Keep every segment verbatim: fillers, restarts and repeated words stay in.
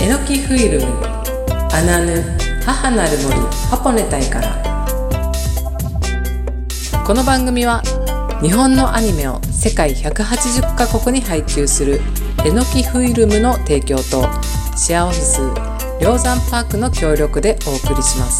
エノキフィルムアナヌ母なる森ハポネタイから。この番組は日本のアニメを世界ひゃくはちじゅっカ国に配給するエノキフィルムの提供とシェアオフィス梁山パークの協力でお送りします。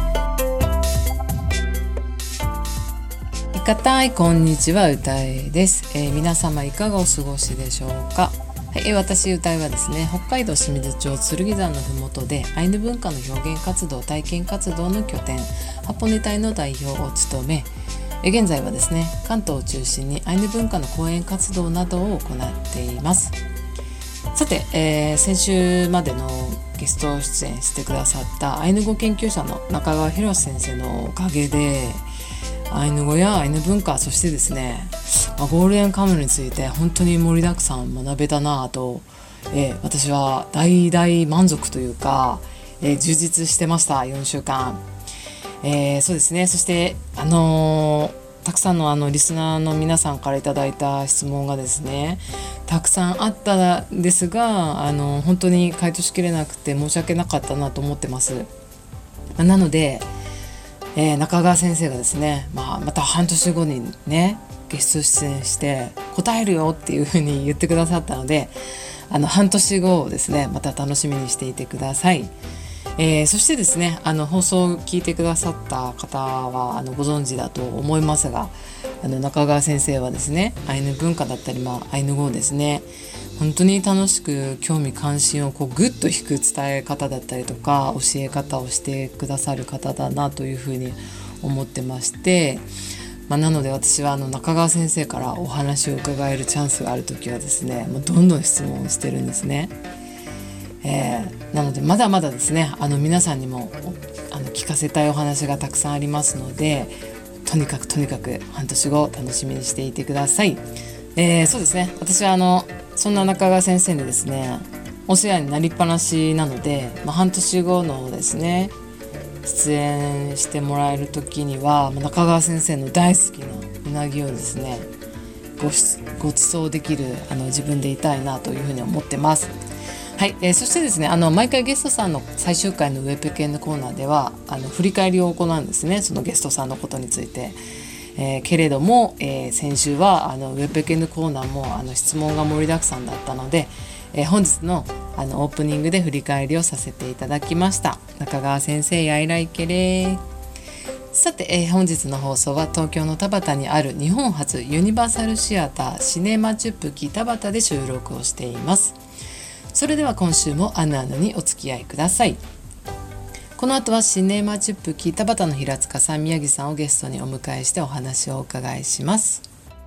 いかたいこんにちは、うたいです、えー、皆様いかがお過ごしでしょうか。はい、私うたいはですね、北海道清水町剣山のふもとでアイヌ文化の表現活動体験活動の拠点ハポネタイの代表を務め、現在はですね関東を中心にアイヌ文化の講演活動などを行っています。さて、えー、先週までのゲスト出演してくださったアイヌ語研究者の中川博先生のおかげでアイヌ語やアイヌ文化、そしてですねゴールデンカムイについて本当に盛りだくさん学べたなと、えー、私は大大満足というか、えー、充実してました。よんしゅうかん、えー、そうですね。そしてあのー、たくさんのあのリスナーの皆さんからいただいた質問がですねたくさんあったんですが、あのー、本当に回答しきれなくて申し訳なかったなと思ってます。なので、えー、中川先生がですね、まあ、また半年後にねゲスト出演して答えるよっていうふうに言ってくださったので、あの半年後をですねまた楽しみにしていてください。えー、そしてですねあの放送を聞いてくださった方はあのご存知だと思いますが、あの中川先生はですねアイヌ文化だったり、まあ、アイヌ語をですね本当に楽しく興味関心をこうグッと引く伝え方だったりとか教え方をしてくださる方だなというふうに思ってまして、まあ、なので私はあの中川先生からお話を伺えるチャンスがあるときはですねもうどんどん質問をしてるんですね。えー、なのでまだまだですねあの皆さんにもあの聞かせたいお話がたくさんありますので、とにかくとにかく半年後楽しみにしていてください。えー、そうですね。私はあのそんな中川先生にですねお世話になりっぱなしなので、まあ、半年後のですね出演してもらえる時には中川先生の大好きなうなぎをですね ご, ご馳走できるあの自分でいたいなというふうに思ってます。はい、えー、そしてですねあの毎回ゲストさんの最終回のウェブペンのコーナーではあの振り返りを行うんですね、そのゲストさんのことについて。えー、けれども、えー、先週はあのウェブペンのコーナーもあの質問が盛りだくさんだったので、えー、本日のあのオープニングで振り返りをさせていただきました。中川先生やいらいけれー。さて、えー、本日の放送は東京の田端にある日本初ユニバーサルシアターシネマチュプキ田端で収録をしています。それでは今週もアヌアヌにお付き合いください。この後はシネマチュプキ田端の平塚さん、宮城さんをゲストにお迎えしてお話をお伺いします。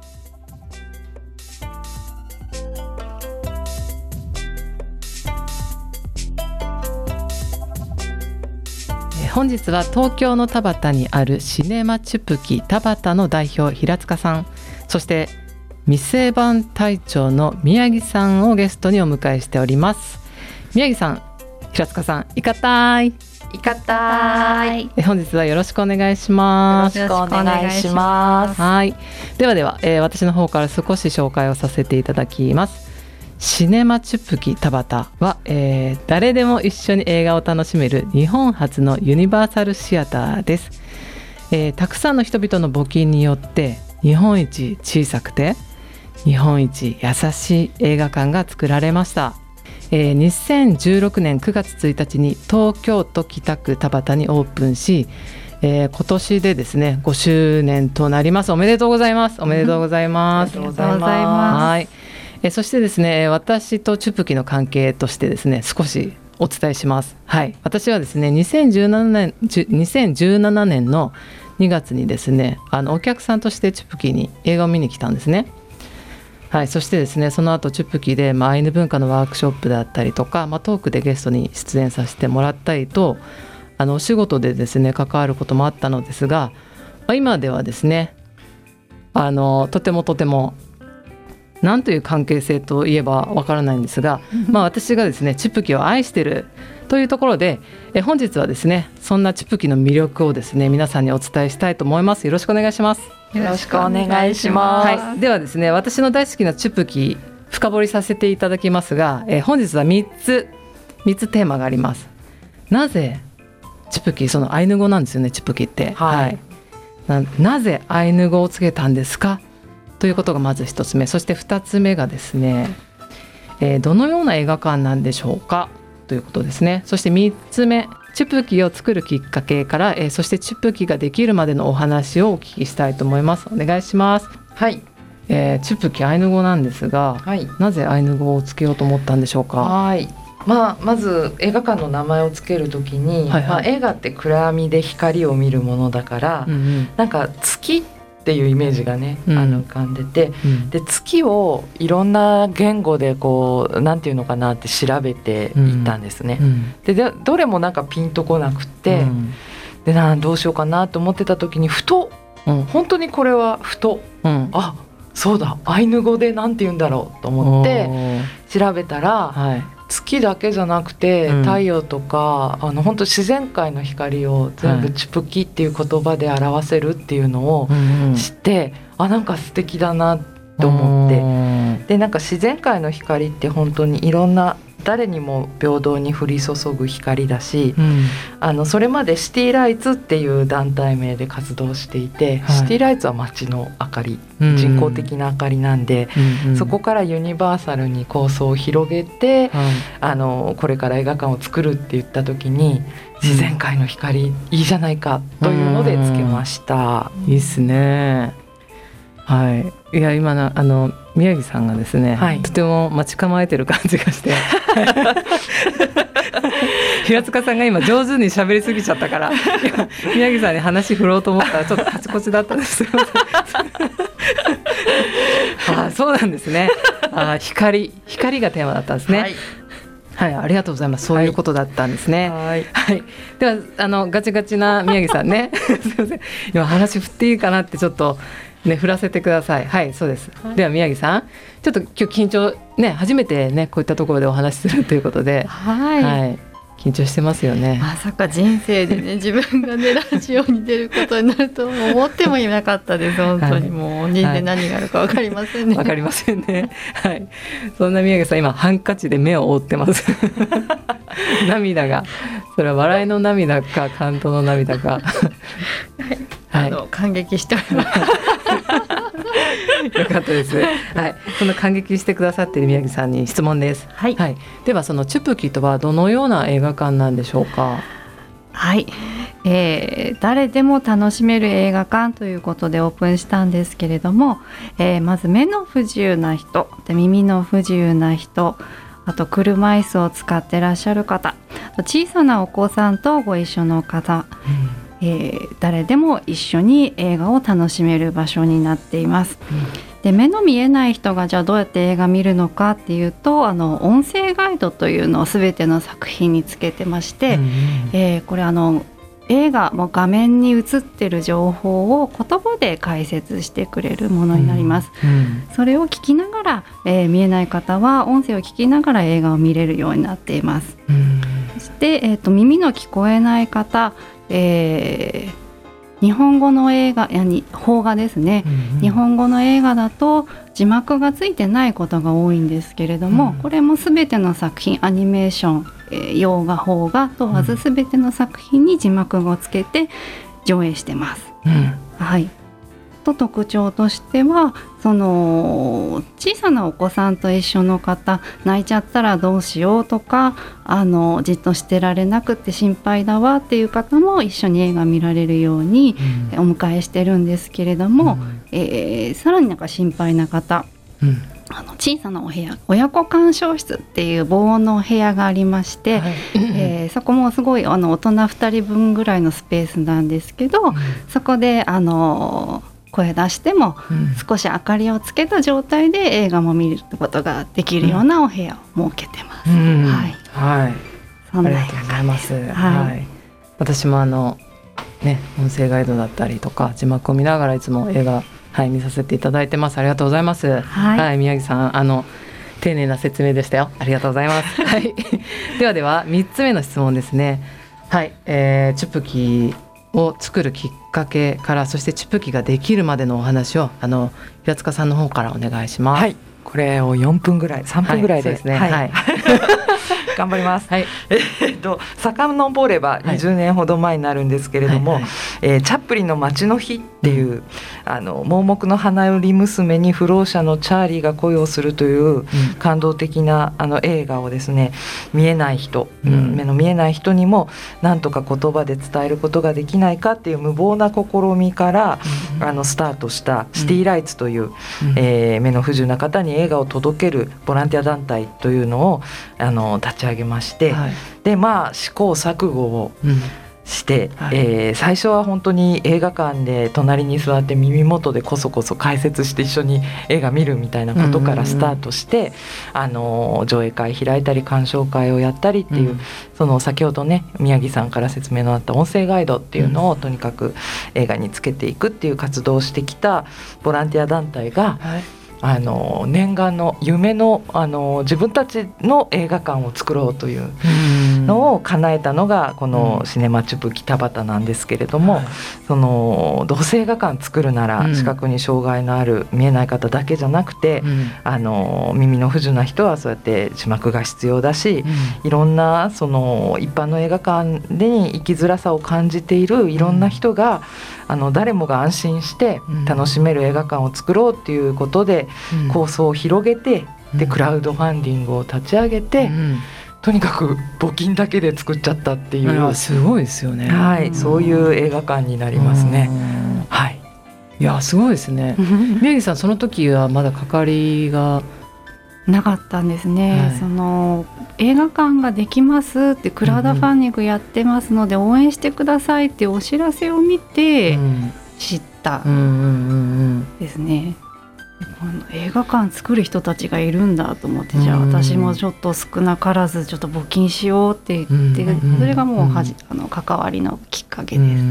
本日は東京の田端にあるシネマチュプキ田端の代表平塚さん、そして店番隊長の宮城さんをゲストにお迎えしております。宮城さん、平塚さん、いかたいいかたい。 本日はよろしくお願いします。 よろしくお願いします。 はい、ではでは、えー、私の方から少し紹介をさせていただきます。シネマチュプキ田端は、えー、誰でも一緒に映画を楽しめる日本初のユニバーサルシアターです。えー、たくさんの人々の募金によって日本一小さくて日本一優しい映画館が作られました。えー、にせんじゅうろくねんくがつついたちに東京都北区田端にオープンし、えー、今年でですねごしゅうねんとなります。おめでとうございます。おめでとうございます。 ありがとうございます。 はい、えー、そしてですね私とチュプキの関係としてですね少しお伝えします。はい、私はですねにせんじゅうななねんにせんじゅうななねんのにがつにですねあのお客さんとしてチュプキに映画を見に来たんですね。はい、そしてですねその後チュプキで、まあ、アイヌ文化のワークショップだったりとか、まあ、トークでゲストに出演させてもらったりとあのお仕事でですね関わることもあったのですが、まあ、今ではですねあのとてもとても何という関係性といえばわからないんですが、まあ、私がですねチュプキを愛してるというところでえ本日はですねそんなチュプキの魅力をですね皆さんにお伝えしたいと思います。よろしくお願いします。 よろしくお願いします。 はい、ではですね私の大好きなチュプキ深掘りさせていただきますが、えー、本日はみっつみっつテーマがあります。なぜチュプキ、そのアイヌ語なんですよね、チュプキって、 はいはい、な, なぜアイヌ語をつけたんですかということがまずひとつめ、そしてふたつめがですね、えー、どのような映画館なんでしょうかということですね。そしてみっつめ、チュプキを作るきっかけから、えー、そしてチュプキができるまでのお話をお聞きしたいと思います。お願いします。 はい、 えー、チュプキアイヌ語なんですが、 はい、 なぜアイヌ語をつけようと思ったんでしょうか。 はい、まあ、まず映画館の名前をつけるときに、 はいはい、 まあ、映画って暗闇で光を見るものだから、 うんうん、 なんか月っていうイメージがね、 うん、 あの浮かんでて、 うん、 で月をいろんな言語でこうなんていうのかなって調べていったんですね、 うん、 で, でどれもなんかピンとこなくて、うん、でなどうしようかなと思ってた時にふと、うん、本当にこれはふと、うん、あそうだアイヌ語でなんて言うんだろうと思って調べたら、はい、月だけじゃなくて、うん、太陽とかあの本当自然界の光を全部チュプキっていう言葉で表せるっていうのを知って、はい、あなんか素敵だなと思って、でなんか自然界の光って本当にいろんな誰にも平等に降り注ぐ光だし、うん、あのそれまでシティライツっていう団体名で活動していて、はい、シティライツは街の明かり、うん、人工的な明かりなんで、うんうん、そこからユニバーサルに構想を広げて、うん、あのこれから映画館を作るって言った時に自然界の光、うん、いいじゃないかというのでつけました、 うん、いいっすね。はい、いや今のあの宮城さんがですね、はい、とても待ち構えてる感じがして平塚さんが今上手に喋りすぎちゃったから宮城さんに話振ろうと思ったらちょっとカチコチだったんですあそうなんですね。あ光光がテーマだったんですね。はいはい、ありがとうございます。そういうことだったんですね。はい、はい、ではあのガチガチな宮城さんねすいません今話振っていいかなってちょっとね、振らせてください。はい、そうです、はい、では宮城さんちょっと今日緊張ね初めてねこういったところでお話しするということで、 はい、はい、 緊張してますよね。 まさか人生でね自分がねラジオに出ることになると思ってもいなかったです本当に、もう人生何があるか分かりませんね。 分かりませんね。はい、そんな宮城さん今ハンカチで目を覆ってます涙がそれは笑いの涙か感動の涙かはい、あの感激しておりますよかったです、はい、その感激してくださっている宮城さんに質問です、はいはい、ではそのチュプキとはどのような映画館なんでしょうか。 はい、えー、誰でも楽しめる映画館ということでオープンしたんですけれども、えー、まず目の不自由な人で耳の不自由な人、あと車椅子を使ってらっしゃる方、小さなお子さんとご一緒の方、うん、えー、誰でも一緒に映画を楽しめる場所になっています、うん、で目の見えない人がじゃあどうやって映画見るのかっていうと、あの音声ガイドというのを全ての作品につけてまして、うん、えー、これあの映画も画面に映ってる情報を言葉で解説してくれるものになります、うんうん、それを聞きながら、えー、見えない方は音声を聞きながら映画を見れるようになっています、うん、そして、えーと、耳の聞こえない方、えー、日本語の映画やに邦画ですね、うんうん、日本語の映画だと字幕がついてないことが多いんですけれども、うん、これも全ての作品アニメーション、えー、洋画邦画問わず全ての作品に字幕をつけて上映してます、うん、はい。と特徴としてはその小さなお子さんと一緒の方、泣いちゃったらどうしようとか、あのじっとしてられなくて心配だわっていう方も一緒に映画見られるようにお迎えしてるんですけれども、うん、えー、さらになんか心配な方、うん、あの小さなお部屋、親子鑑賞室っていう防音のお部屋がありまして、はい、えー、そこもすごいあの大人ふたりぶんぐらいのスペースなんですけど、うん、そこであの声出しても少し明かりをつけた状態で映画も見ることができるようなお部屋を設けてます、うん、はい、 はい、そんな映画館です。ありがとうございます、はいはい、私もあの、ね、音声ガイドだったりとか字幕を見ながらいつも映画、はい、見させていただいてます。ありがとうございます、はいはい、宮城さんあの丁寧な説明でしたよ。ありがとうございます、はい、ではではみっつめの質問ですね。はい、えー、チュプキを作るきっかけから、そしてチュプキができるまでのお話をあの平塚さんの方からお願いします。 はい、これをよんぷんぐらいさんぷんぐらいで、 はい、そうですね、はいはい頑張ります。 はい、 えっと遡ればにじゅうねんほど前になるんですけれども、はいはいはい、えー、チャップリンの街の日っていう、うん、あの盲目の花売り娘に不老者のチャーリーが恋をするという感動的なあの映画をですね、見えない人、うん、目の見えない人にもなんとか言葉で伝えることができないかっていう無謀な試みから、うん、あのスタートしたシティライツという、うん、えー、目の不自由な方に映画を届けるボランティア団体というのをあの立ち上げまして、はい、でまあ試行錯誤をして、うん、はい、えー、最初は本当に映画館で隣に座って耳元でこそこそ解説して一緒に映画見るみたいなことからスタートして、うんうんうん、あの上映会開いたり鑑賞会をやったりっていう、うん、その先ほどね宮城さんから説明のあった音声ガイドっていうのをとにかく映画につけていくっていう活動をしてきたボランティア団体が、はい、あの念願の夢の、あの自分たちの映画館を作ろうというのを叶えたのがこのシネマチュプキ田端なんですけれども、はい、そのどうせ映画館作るなら視覚に障害のある見えない方だけじゃなくて、うん、あの耳の不自由な人はそうやって字幕が必要だし、うん、いろんなその一般の映画館で生きづらさを感じているいろんな人が、うん、あの誰もが安心して楽しめる映画館を作ろうっていうことで構想を広げて、うん、でクラウドファンディングを立ち上げて、うん、とにかく募金だけで作っちゃったっていう、 すごいですよね、 はい、そういう映画館になりますね。はい、 いやすごいですね。宮城さんその時はまだ関わりがなかったんですね、はい、その映画館ができますってクラウドファンディングやってますので応援してくださいってお知らせを見て知ったですね。この映画館作る人たちがいるんだと思って、じゃあ私もちょっと少なからずちょっと募金しようって言って、それがもうはじあの関わりのきっかけです。うん、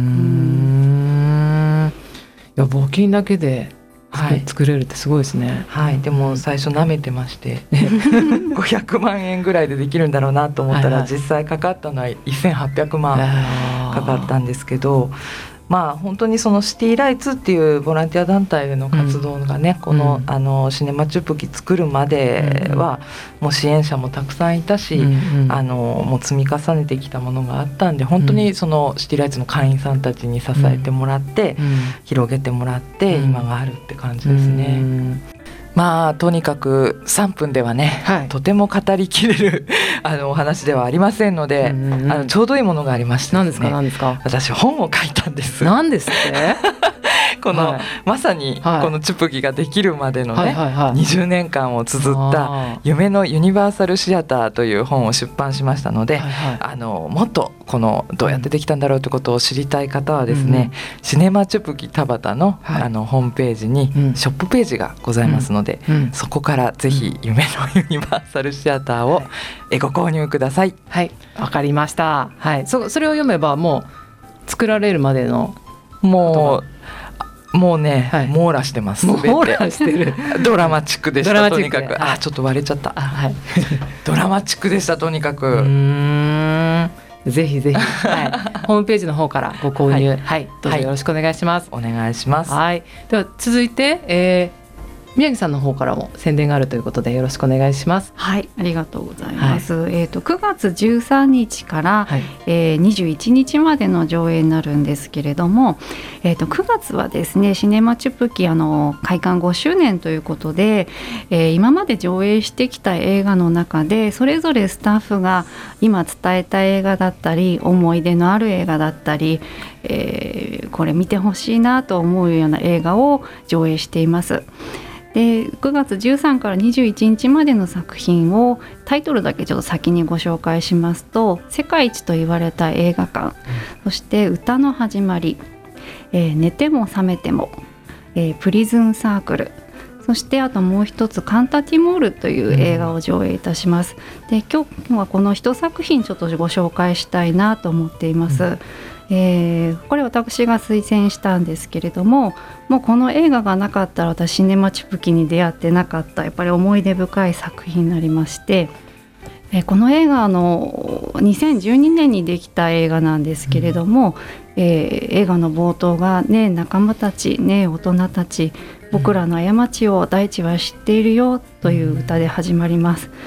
いや募金だけではい、作れるってすごいですね。 はい、でも最初舐めてましてごひゃくまんえんぐらいでできるんだろうなと思ったら、はいはい、実際かかったのはせんはっぴゃくまんかかったんですけど、まあ本当にそのシティライツっていうボランティア団体での活動がね、うん、この、うん、あのシネマチュプキ作るまではもう支援者もたくさんいたし、うんうん、あのもう積み重ねてきたものがあったんで、本当にそのシティライツの会員さんたちに支えてもらって、うん、広げてもらって今があるって感じですね。うん、まあとにかくさんぷんではね、はい、とても語りきれるあのお話ではありませんので、うんうん、あのちょうどいいものがありましてですね。 何ですか？何ですか？ 私本を書いたんです。 何ですってこの、はい、まさにこのチュプキができるまでのね、はいはいはい、にじゅうねんかんを綴った夢のユニバーサルシアターという本を出版しましたので、はいはい、あのもっとこのどうやってできたんだろうということを知りたい方はですね、うん、シネマチュプキ田端 の,、はい、あのホームページにショップページがございますので、うんうん、そこからぜひ夢のユニバーサルシアターをご購入ください。 はい、わかりました。はい、そ, それを読めばもう作られるまでのもうもうね、はい、網羅してます。 網羅してるドラマチックでしたとにかく、 はい、 あちょっと割れちゃった、はい、ドラマチックでしたとにかく。うーん、ぜひぜひ、はい、ホームページの方からご購入、はいはい、どうぞよろしくお願いします。 はい、お願いします。 はい、では続いて、えー宮城さんの方からも宣伝があるということでよろしくお願いします。 はい、ありがとうございます。はい、えーとくがつじゅうさんにちから、はい、えー、にじゅういちにちまでの上映になるんですけれども、えーとくがつはですねシネマチュプキあの開館ごしゅうねんということで、えー、今まで上映してきた映画の中でそれぞれスタッフが今伝えたい映画だったり思い出のある映画だったり、えー、これ見てほしいなと思うような映画を上映しています。でくがつじゅうさんからにじゅういちにちまでの作品をタイトルだけちょっと先にご紹介しますと、世界一と言われた映画館、うん、そして歌の始まり、えー、寝ても覚めても、えー、プリズンサークル、そしてあともう一つカンタティモールという映画を上映いたします。うん、で今日はこの一作品ちょっとご紹介したいなと思っています。うん、えー、これ私が推薦したんですけれども、もうこの映画がなかったら私シネマチュプキに出会ってなかったやっぱり思い出深い作品になりまして、えー、この映画のにせんじゅうにねんにできた映画なんですけれども、うん、えー、映画の冒頭がねえ仲間たちねえ大人たち僕らの過ちを大地は知っているよという歌で始まります。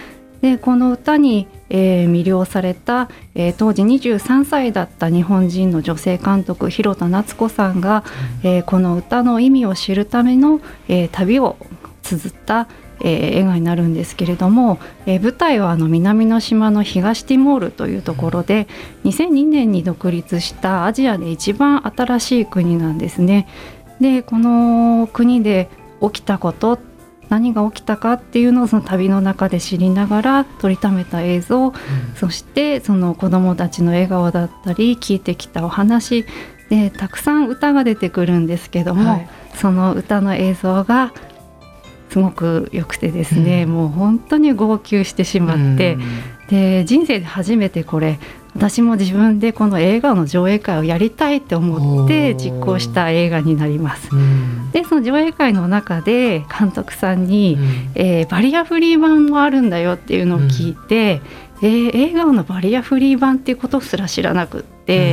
でこの歌に、えー、魅了された、えー、当時にじゅうさんさいだった日本人の女性監督広田夏子さんが、うんえー、この歌の意味を知るための、えー、旅を綴ったえー、映画になるんですけれども、えー、舞台はあの南の島の東ティモールというところでにせんにねんに独立したアジアで一番新しい国なんですね。でこの国で起きたこと何が起きたかっていうのをその旅の中で知りながら撮りためた映像、うん、そしてその子どもたちの笑顔だったり聞いてきたお話でたくさん歌が出てくるんですけども、はい、その歌の映像がすごく良くてですね、うん、もう本当に号泣してしまって、うん、で人生で初めてこれ私も自分でこの映画の上映会をやりたいって思って実行した映画になります、うん、でその上映会の中で監督さんに、うんえー、バリアフリー版もあるんだよっていうのを聞いて、うんえー、映画のバリアフリー版っていうことすら知らなくって、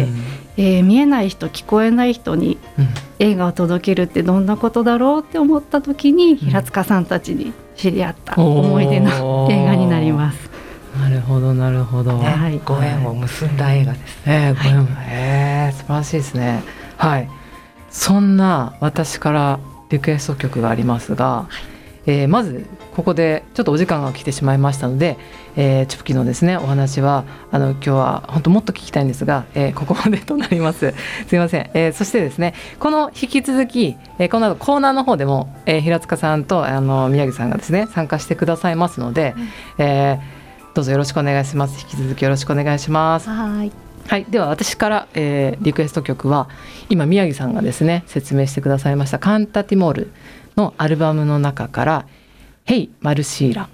うんえー、見えない人聞こえない人に映画を届けるってどんなことだろうって思った時に、うん、平塚さんたちに知り合った思い出の映画になります。 なるほどなるほど、 ねはい、ご縁を結んだ映画です、ねえーご縁はいえー、素晴らしいですね。はいそんな私からリクエスト曲がありますが、はいえー、まずここでちょっとお時間が来てしまいましたので、えー、チュプキのですねお話はあの今日は本当もっと聞きたいんですが、えー、ここまでとなりますすいません、えー、そしてですねこの引き続き、えー、この後コーナーの方でも、えー、平塚さんとあの宮城さんがですね参加してくださいますので、うんえーどうぞよろしくお願いします。引き続きよろしくお願いします。 はい、 はい、では私から、えー、リクエスト曲は今宮城さんがですね説明してくださいましたカンタティモールのアルバムの中からヘイマルシーラ。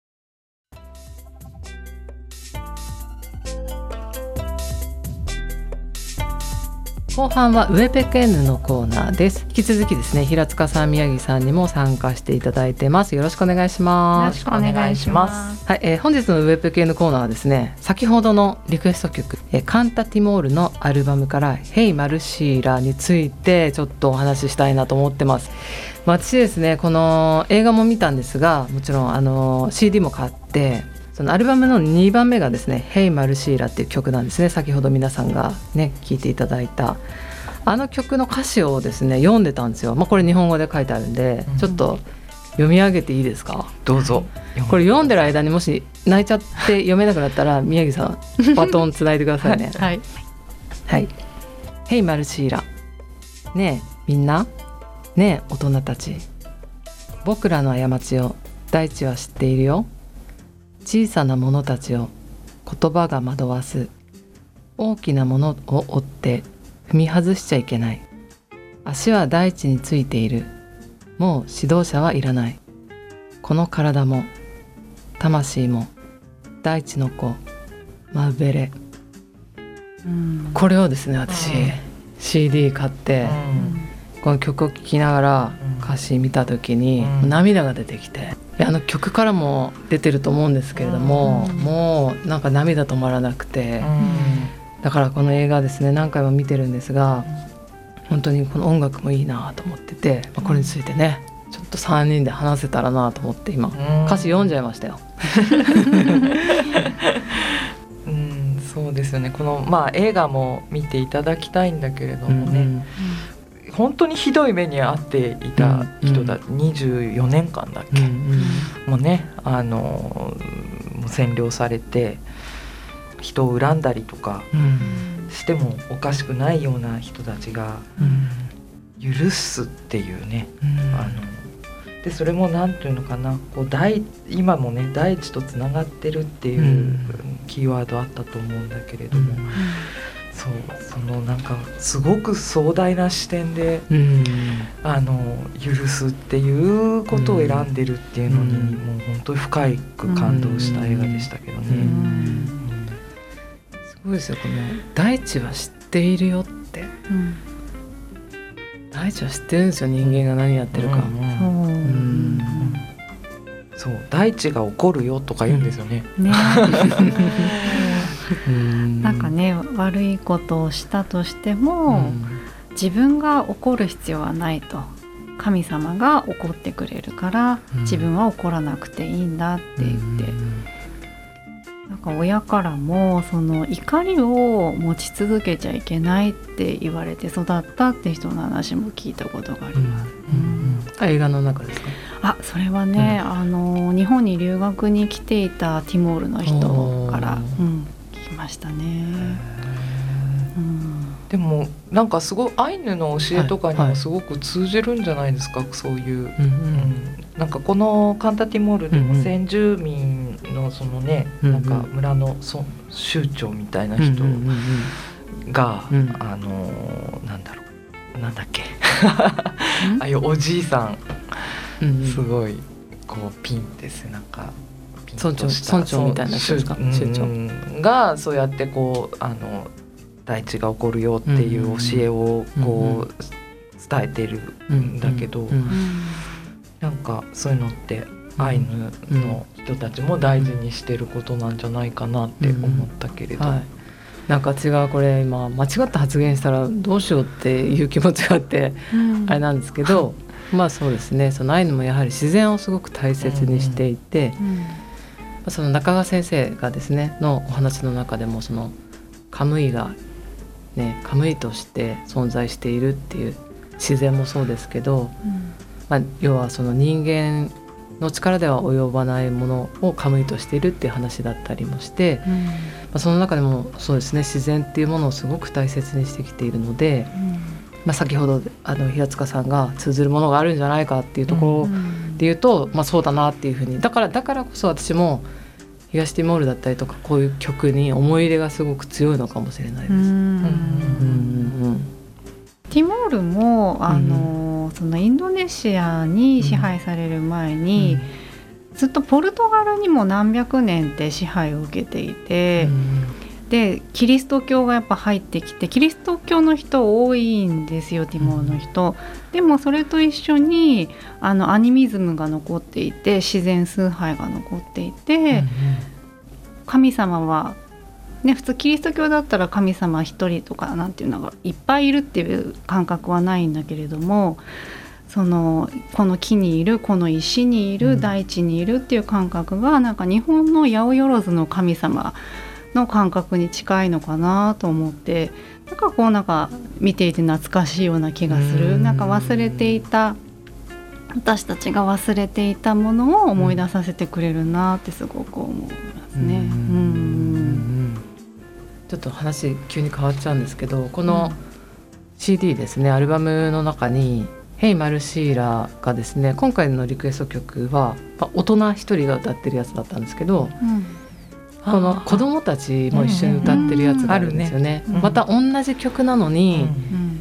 後半はウエペケンヌのコーナーです。引き続きですね平塚さん宮城さんにも参加していただいてます。よろしくお願いします。 よろしくお願いします。 はい、えー、本日のウエペケンヌコーナーはですね先ほどのリクエスト曲、えー、カンタティモールのアルバムからヘイマルシーラについてちょっとお話ししたいなと思ってます。私ですねこの映画も見たんですがもちろんあの シーディー も買ってそのアルバムのにばんめがですねヘイマルシーラっていう曲なんですね。先ほど皆さんがね聴いていただいたあの曲の歌詞をですね読んでたんですよ、まあ、これ日本語で書いてあるんで、うん、ちょっと読み上げていいですか。 どうぞ。 これ読んでる間にもし泣いちゃって読めなくなったら宮城さんバトンつないでくださいねはい、 はい、ヘイマルシーラねえみんなねえ大人たち僕らの過ちを大地は知っているよ。小さなものたちを言葉が惑わす。大きなものを追って踏み外しちゃいけない。足は大地についている。もう指導者はいらない。この体も魂も大地の子マウベレ、うん、これをですね私、うん、シーディー 買って、うん、この曲を聴きながら歌詞見た時に、うん、涙が出てきてあの曲からも出てると思うんですけれども、うん、もうなんか涙止まらなくて、うん、だからこの映画ですね何回も見てるんですが本当にこの音楽もいいなと思ってて、まあ、これについてねちょっとさんにんで話せたらなと思って今歌詞読んじゃいましたようんそうですよね。この、まあ、映画も見ていただきたいんだけれどもね、うんうん、本当にひどい目に遭っていた人だ、うんうん、にじゅうよねんかんだっけ、うんうん、もうねあのもう占領されて人を恨んだりとかしてもおかしくないような人たちが許すっていうね、うん、あのでそれもなんていうのかなこう大今もね大地とつながってるっていうキーワードあったと思うんだけれども、うん、そうそのなんかすごく壮大な視点で、うん、あの許すっていうことを選んでるっていうのに、うん、もう本当に深く感動した映画でしたけどね、うんうんすごいですよこの大地は知っているよって、うん、大地は知ってるんですよ人間が何やってるか、うんうんうん、 そう大地が怒るよとか言うんですよね、 うん、ねなんかね悪いことをしたとしても、うん、自分が怒る必要はないと神様が怒ってくれるから、うん、自分は怒らなくていいんだって言って、うんか親からもその怒りを持ち続けちゃいけないって言われて育ったって人の話も聞いたことがあります、 うんうんうん、あ映画の中ですか？ あそれはね、うん、あの日本に留学に来ていたティモールの人から、うん、聞きましたね、 うん、でもなんかすごいアイヌの教えとかにもすごく通じるんじゃないですか、はいはい、そういう、うんうん、なんかこのカンタティモールでも先住民のそのね、うんうん、なんか村のそ酋長みたいな人が、うんうんうん、あのなんだろうなんだっけああいうおじいさん、うんうん、すごいこうピンって背中ピンとした村長みたいな人ですか、 酋長がそうやってこうあの大地が起こるよっていう教えをこう伝えてるんだけど、なんかそういうのってアイヌの人たちも大事にしてることなんじゃないかなって思ったけれど、 はい、なんか違うこれ今間違った発言したらどうしようっていう気持ちがあってあれなんですけど、まあそうですね、そのアイヌもやはり自然をすごく大切にしていて、うんうん、その中川先生がですねのお話の中でもそのカムイがね、カムイとして存在しているっていう自然もそうですけど、うんまあ、要はその人間の力では及ばないものをカムイとしているっていう話だったりもして、うんまあ、その中でもそうですね、自然っていうものをすごく大切にしてきているので、うんまあ、先ほどあの平塚さんが通ずるものがあるんじゃないかっていうところで言うと、うんまあ、そうだなっていうふうにだから、だからこそ私も東ティモールだったりとかこういう曲に思い入れがすごく強いのかもしれないです。うんうんうん、 ティモールもあの、うん、そのインドネシアに支配される前に、うん、ずっとポルトガルにも何百年って支配を受けていて、うん、でキリスト教がやっぱ入ってきてキリスト教の人多いんですよティモールの人、うん、でもそれと一緒にあのアニミズムが残っていて自然崇拝が残っていて、うんうん、神様はね、普通キリスト教だったら神様一人とかなんていうのがいっぱいいるっていう感覚はないんだけれども、そのこの木にいるこの石にいる、うん、大地にいるっていう感覚がなんか日本の八百万の神様の感覚に近いのかなと思って、なんかこうなんか見ていて懐かしいような気がする、んなんか忘れていた私たちが忘れていたものを思い出させてくれるなってすごく思いますね。うんうんちょっと話急に変わっちゃうんですけど、この シーディー ですね、アルバムの中にヘイマルシーラがですね、今回のリクエスト曲は大人一人が歌ってるやつだったんですけど、うん、この子供たちも一緒に歌ってるやつがあるんですよね、うんうん、また同じ曲なのに、うん、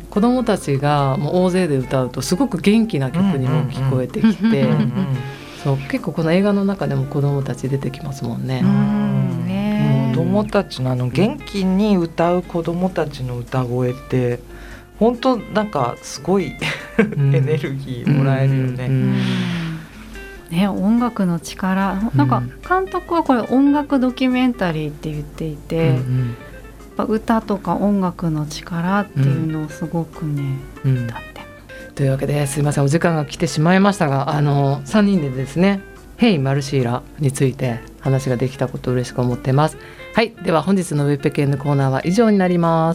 子供たちがもう大勢で歌うとすごく元気な曲にも聞こえてきて、そう結構この映画の中でも子供たち出てきますもんね。うんね、子供たちのあの元気に歌う子供たちの歌声って本当なんかすごいエネルギーもらえるよね。うんうんね、音楽の力、なんか監督はこれ音楽ドキュメンタリーって言っていて、うんうん、やっぱ歌とか音楽の力っていうのをすごくね、うん、歌ってというわけですいませんお時間が来てしまいましたが、あのさんにんでですねヘイマルシーラについて話ができたことを嬉しく思っています。はい、では本日のウェブペケンのコーナーは以上になります。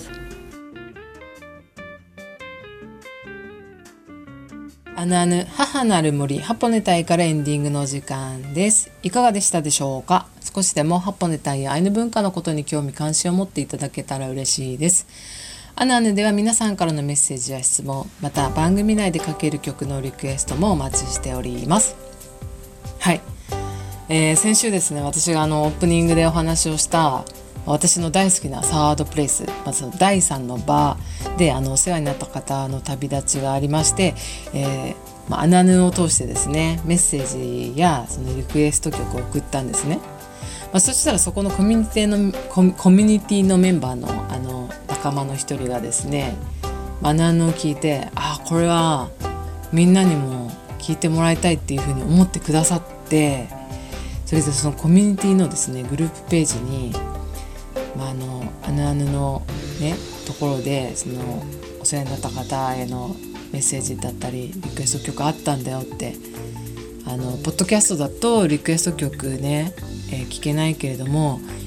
あぬあぬ母なる森ハポネタイからエンディングの時間です。いかがでしたでしょうか。少しでもハポネタイやアイヌ文化のことに興味関心を持っていただけたら嬉しいです。あぬあぬでは皆さんからのメッセージや質問、また番組内でかける曲のリクエストもお待ちしております。はい、えー、先週ですね、私があのオープニングでお話をした私の大好きなサードプレイス、まずだいさんのバーであのお世話になった方の旅立ちがありまして、えーまあ、アナヌを通してですねメッセージやそのリクエスト曲を送ったんですね。まあ、そしたらそこのコミュニティのコミュニティのメンバーのあの仲間の一人がですね、アナヌを聞いて、あこれはみんなにも聞いてもらいたいっていうふうに思ってくださって、それでそのコミュニティのですねグループページに、まあ、あのアヌアヌのねところでそのお世話になった方へのメッセージだったりリクエスト曲あったんだよって、あのポッドキャストだとリクエスト曲ね、えー、聞けないけれども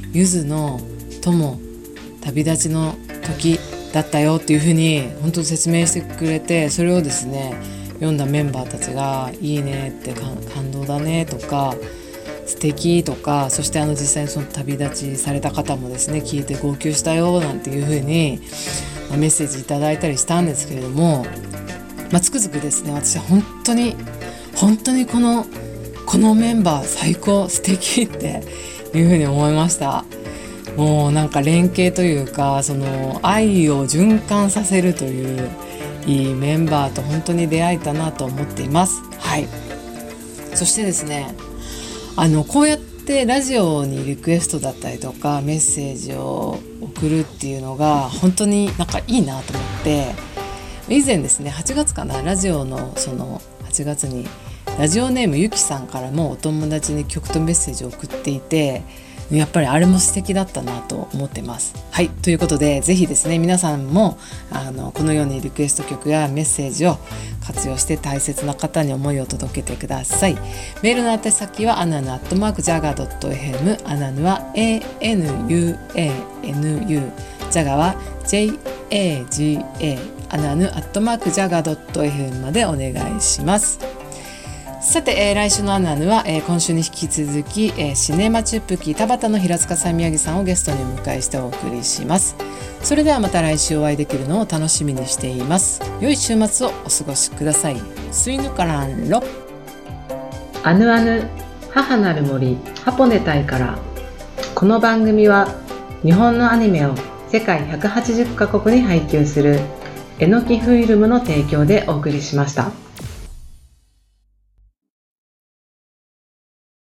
ゆずの友旅立ちの時だったよっていうふうに本当に説明してくれて、それをですね読んだメンバーたちがいいねって感動だねとか素敵とか、そしてあの実際にその旅立ちされた方もですね聞いて号泣したよなんていうふうにメッセージいただいたりしたんですけれども、まあ、つくづくですね私は本当に本当にこのこのメンバー最高素敵っていうふうに思いました。もうなんか連携というかその愛を循環させるといういいメンバーと本当に出会えたなと思っています。はい。そしてですねあのこうやってラジオにリクエストだったりとかメッセージを送るっていうのが本当になんかいいなと思って、以前ですねはちがつかなラジオのそのはちがつにラジオネームゆきさんからもお友達に曲とメッセージを送っていて、やっぱりあれも素敵だったなと思ってます。はい、ということでぜひですね皆さんもあのこのようにリクエスト曲やメッセージを活用して大切な方に思いを届けてください。メールの宛先はアナヌアットマークジャガードットエフエム、アナヌは エーエヌユーエーエヌユー、ジャガは ジェイエージーエー、アナヌアットマークジャガードットエフエム までお願いします。さて、えー、来週のアナヌは、えー、今週に引き続き、えー、シネマチュップキ田端の平塚さん宮城さんをゲストにお迎えしてお送りします。それではまた来週お会いできるのを楽しみにしています。良い週末をお過ごしください。スイヌカランロアヌアヌ母なる森ハポネタイから。この番組は日本のアニメを世界ひゃくはちじゅっカ国に配給するえのきフィルムの提供でお送りしました。